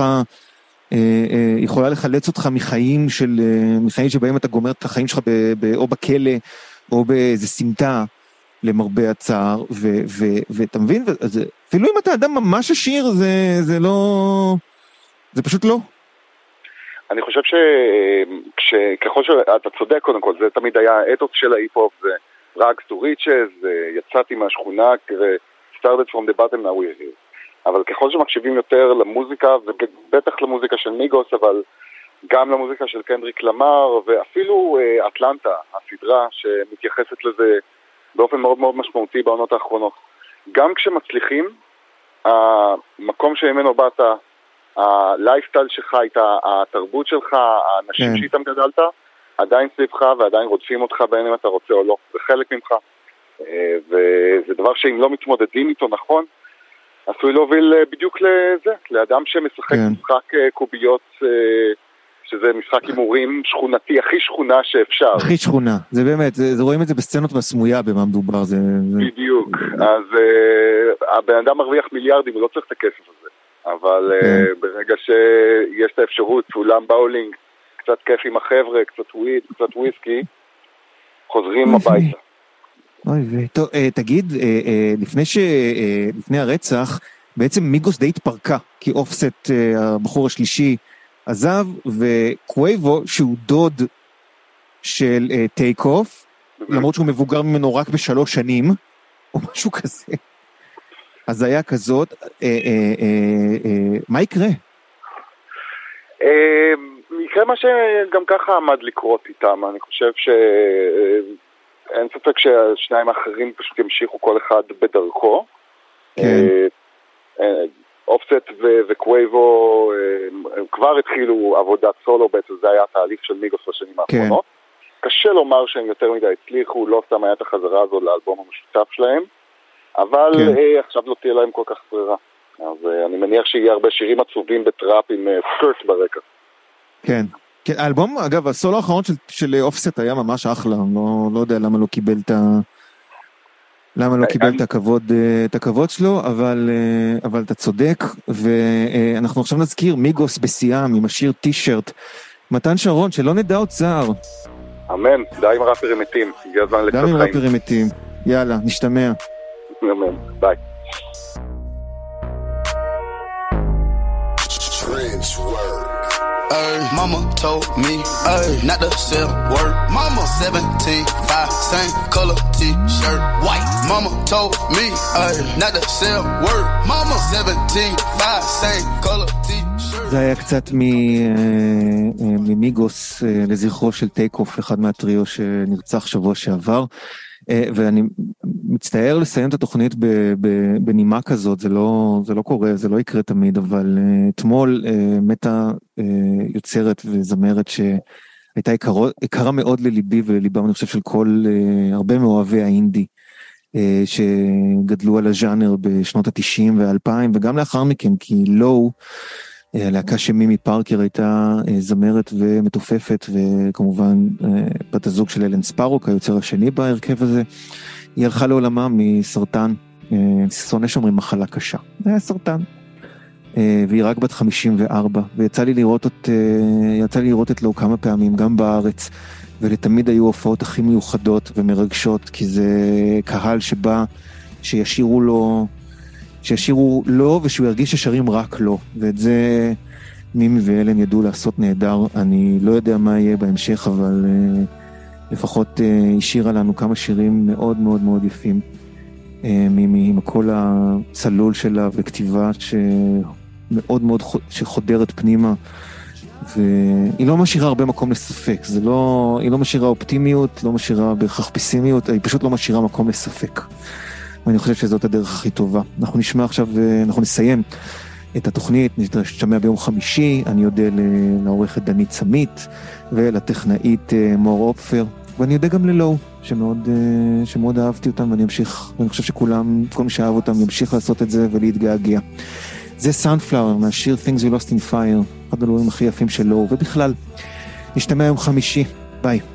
A: יכולה לחלץ אותך מחיים שבהם אתה גומר את החיים שלך או בכלא, או באיזה סמטה, למרבה הצער, ואתה מבין, אפילו אם אתה אדם ממש עשיר, זה לא, זה פשוט לא.
F: אני חושב שככל שאתה צודק קודם כל, זה תמיד היה האתוס של ההיפ-הופ, זה rags to riches, יצאתי מהשכונה, started from the bottom, now we're here. אבל ככל שמקשיבים יותר למוזיקה, ובטח למוזיקה של מיגוס, אבל גם למוזיקה של קנדריק למר, ואפילו אטלנטה, הסדרה שמתייחסת לזה באופן מאוד מאוד משמעותי בעונות האחרונות. גם כשמצליחים, המקום שממנו באת, הלייפסטייל שלך, התרבות שלך, האנשים שאיתם גדלת, עדיין סביבך ועדיין רודפים אותך בין אם אתה רוצה או לא. זה חלק ממך. וזה דבר שאם לא מתמודדים איתו נכון, עשוי להוביל בדיוק לזה, לאדם שמשחק משחק קוביות, שזה משחק הימורים שכונתי, הכי שכונה שאפשר.
A: הכי שכונה, זה באמת, זה, רואים את זה בסצנות בסמויה במה מדובר. זה,
F: בדיוק, זה... אז uh, הבן אדם מרוויח מיליארדים, הוא לא צריך את הכסף הזה, אבל כן. uh, ברגע שיש את האפשרות, אולם באולינג, קצת כיף עם החבר'ה, קצת וויד, קצת וויסקי, חוזרים הביתה.
A: אוי וי, טוב, uh, תגיד, uh, uh, לפני, ש, uh, לפני הרצח, בעצם מיגוס די התפרקה, כי אופסט, uh, הבחור השלישי, עזב, וקווייבו, שהוא דוד של טייק אוף, למרות שהוא מבוגר ממנו רק בשלוש שנים, או משהו כזה. אז היה כזאת, אה, אה, אה, אה, מה יקרה?
F: אה, יקרה מה שגם ככה עמד לקרות איתם, אני חושב שאין ספק שהשניים האחרים פשוט ימשיכו כל אחד בדרכו. כן. אה, אה, אופסט וקווייבו כבר התחילו עבודת סולו, בעצם זה היה התהליך של מיגוס בשנים האחרונות. קשה לומר שהם יותר מדי הצליחו, לא סתם היה את החזרה הזו לאלבום המשותף שלהם, אבל עכשיו לא תהיה להם כל כך ברירה. אז אני מניח שיהיה הרבה שירים עצובים בטראפ עם סקרט ברקע.
A: כן. האלבום, אגב, הסולו האחרון של אופסט היה ממש אחלה, לא יודע למה לא קיבל את ה... למה לא קיבל את הכבוד, את הכבוד שלו, אבל, אבל אתה צודק, ואנחנו עכשיו נזכיר מיגוס בשיאם עם השיר טי-שירט, מתן שרון, שלא נדע עוד צער.
F: אמן, די עם ראפרים מתים, הגיע הזמן לקצת חיים.
A: די עם ראפרים מתים, יאללה, נשתמע.
F: אמן, ביי.
G: Ay, mama told me ay, not to sell word. Mama seventeen, five, same color t-shirt, white. Mama told me ay, not to sell word. Mama seventeen, five, same color t-shirt.
A: זה היה קצת ממיגוס לזכרו של טייק אוף, אחד מהטריו שנרצח שבוע שעבר. ואני מצטער לסיים את התוכנית בנימה כזאת, זה לא, זה לא קורה, זה לא יקרה תמיד, אבל אתמול מתה יוצרת וזמרת שהייתה יקרה מאוד לליבי ולליבם, אני חושב, של כל, הרבה מאוהבי האינדי, שגדלו על הז'אנר בשנות ה-תשעים וה-אלפיים, וגם לאחר מכן, כי לואו, הלהקה שמימי פארקר הייתה זמרת ומתופפת, וכמובן בת הזוג של אלן ספארוק, היוצר השני בהרכב הזה, היא הלכה לעולמה מסרטן, שונא שאומרים מחלה קשה, זה היה סרטן, והיא רק בת חמישים וארבע, ויצא לי לראות את, יצא לי לראות את לו כמה פעמים, גם בארץ, ולתמיד היו הופעות הכי מיוחדות ומרגשות, כי זה קהל שבא, שישירו לו, שישירו לו ושהוא ירגיש ששרים רק לו, ואת זה מימי ואלן ידעו לעשות נהדר. אני לא יודע מה יהיה בהמשך, אבל uh, לפחות uh, השאירה לנו כמה שירים מאוד מאוד מאוד יפים, uh, מימי עם כל הצלול שלה וכתיבה שמאוד מאוד שחודרת פנימה, והיא לא משאירה הרבה מקום לספק, זה לא, היא לא משאירה אופטימיות, לא משאירה בהכרח פסימיות, היא פשוט לא משאירה מקום לספק. ואני חושב שזאת הדרך הכי טובה. אנחנו נשמע עכשיו, אנחנו נסיים את התוכנית, נשתמע ביום חמישי, אני יודע לעורכת דנית סמית, ולטכנאית מור אופפר, ואני יודע גם ללואו, שמאוד, שמאוד אהבתי אותם, ואני אמשיך, ואני חושב שכולם, כל מי שאהב אותם, ימשיך לעשות את זה ולהתגעגע. זה Sunflower, מהשיר Things We Lost in Fire, אחד הדברים הכי יפים של לואו, ובכלל, נשתמע יום חמישי, ביי.